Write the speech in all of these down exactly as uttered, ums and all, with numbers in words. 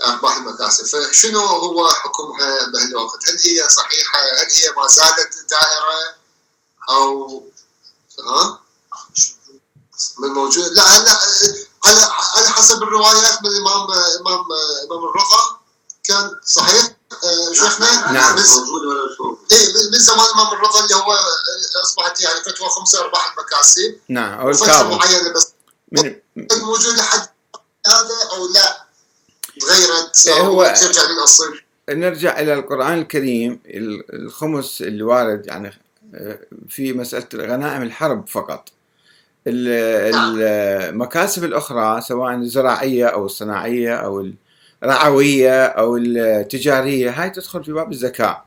أرباح المكاسب، فشنو هو حكمها بهالوقت؟ هل هي صحيحة؟ هل هي ما زالت دائرة أو ها من موجود؟ لا هلا على على حسب الروايات من الإمام إمام إمام الرضا كان صحيح شيخنا؟ نعم موجود ولا شو؟ إيه من زمان إمام الرضا اللي هو أصبحت يعني فتوى خمسة أرباح المكاسب. نعم أو الكاظم معينة بس من موجود لحد هذا أو لا تغيرت هو ترجع للأصل؟ نرجع إلى القرآن الكريم. الخمس اللي وارد يعني في مسألة غنائم الحرب فقط. المكاسب الأخرى سواء الزراعية أو الصناعية أو الرعوية أو التجارية هاي تدخل في باب الزكاة،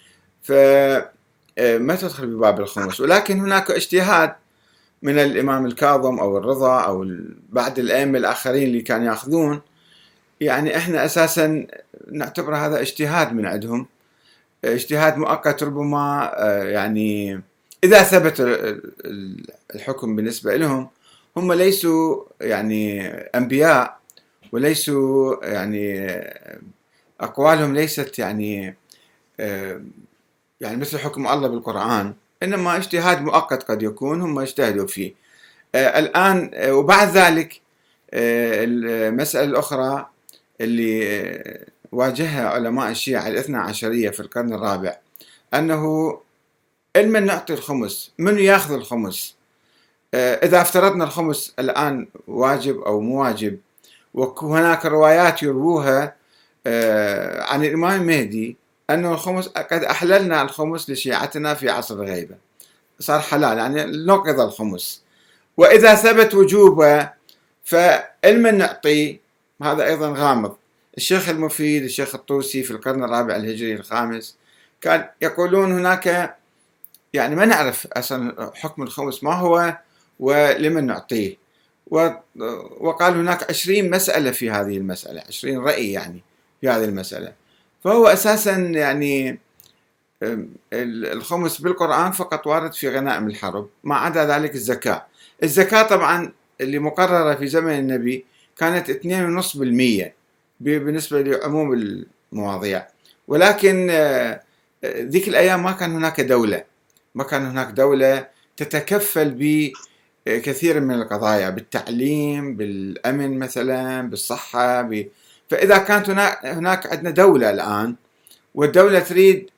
فما تدخل في باب الخمس. ولكن هناك اجتهاد من الإمام الكاظم أو الرضا أو بعض الأئمة الآخرين اللي كانوا يأخذون، يعني إحنا أساسا نعتبر هذا اجتهاد من عندهم، اجتهاد مؤقت ربما، يعني إذا ثبت الحكم بالنسبة لهم. هم ليسوا يعني أنبياء وليسوا يعني أقوالهم ليست يعني يعني مثل حكم الله بالقرآن، إنما اجتهاد مؤقت قد يكون هم اجتهدوا فيه. الآن وبعد ذلك المسألة الأخرى اللي واجهها علماء الشيعة الاثنى عشرية في القرن الرابع، أنه لمن نعطي الخمس؟ من يأخذ الخمس؟ إذا افترضنا الخمس الآن واجب أو مو واجب، وهناك روايات يروها عن الإمام المهدي أنه الخمس قد أحللنا الخمس لشيعتنا في عصر الغيبة، صار حلال يعني نقض الخمس. وإذا ثبت وجوبه فلمن نعطي؟ هذا أيضا غامض. الشيخ المفيد الشيخ الطوسي في القرن الرابع الهجري الخامس كان يقولون هناك يعني ما نعرف أصلا حكم الخمس ما هو ولمن نعطيه، وقال هناك عشرين مسألة في هذه المسألة، عشرين رأي يعني في هذه المسألة. فهو أساسا يعني الخمس بالقرآن فقط وارد في غنائم الحرب، ما عدا ذلك الزكاة. الزكاة طبعا اللي مقررة في زمن النبي كانت اثنين ونصف بالمية بالنسبة لعموم المواضيع، ولكن ذيك الأيام ما كان هناك دولة، ما كان هناك دولة تتكفل بكثير من القضايا، بالتعليم، بالأمن مثلا، بالصحة ب... فإذا كانت هناك, هناك عندنا دولة الآن، والدولة تريد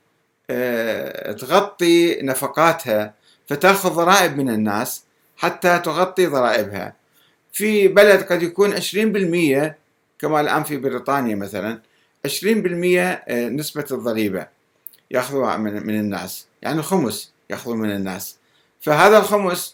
تغطي نفقاتها فتأخذ ضرائب من الناس حتى تغطي ضرائبها. في بلد قد يكون عشرين بالمية كما الآن في بريطانيا مثلا، عشرين بالمية نسبة الضريبة يأخذوها من, من الناس، يعني الخمس يأخذوا من الناس. فهذا الخمس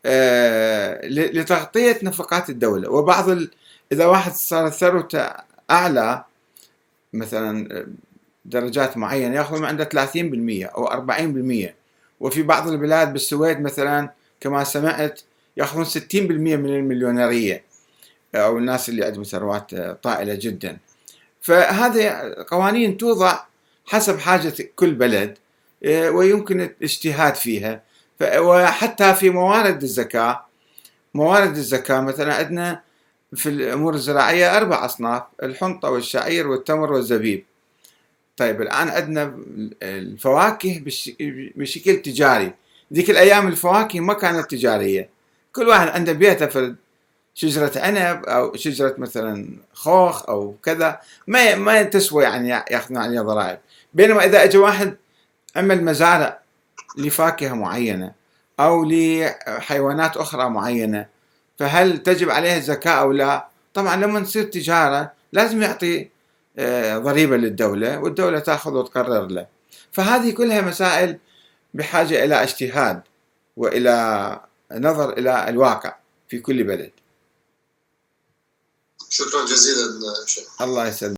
لتغطية نفقات الدولة. وبعض ال... إذا واحد صار ثروته أعلى مثلا درجات معينة يأخذ من عنده ثلاثين بالمية أو أربعين بالمية. وفي بعض البلاد بالسويد مثلا كما سمعت يأخذون ستين بالمية من المليونيرية أو الناس اللي عندهم ثروات طائلة جدا. فهذه قوانين توضع حسب حاجة كل بلد ويمكن الاجتهاد فيها. وحتى في موارد الزكاة، موارد الزكاة مثلا عندنا في الأمور الزراعية أربع أصناف: الحنطة والشعير والتمر والزبيب. طيب الآن عندنا الفواكه بشكل تجاري. ذيك الأيام الفواكه ما كانت تجارية، كل واحد عنده بيته في شجرة عنب أو شجرة مثلا خوخ أو كذا، ما ما تسوى يعني يأخذون عليها ضرائب. بينما إذا أجى واحد عمل مزارع لفاكهة معينة أو لحيوانات أخرى معينة، فهل تجب عليه الزكاة أو لا؟ طبعا لما تصير تجارة لازم يعطي ضريبة للدولة، والدولة تأخذ وتقرر له. فهذه كلها مسائل بحاجة إلى اجتهاد وإلى نظر إلى الواقع في كل بلد. شكرا جزيلا شيخ. الله يسلمك.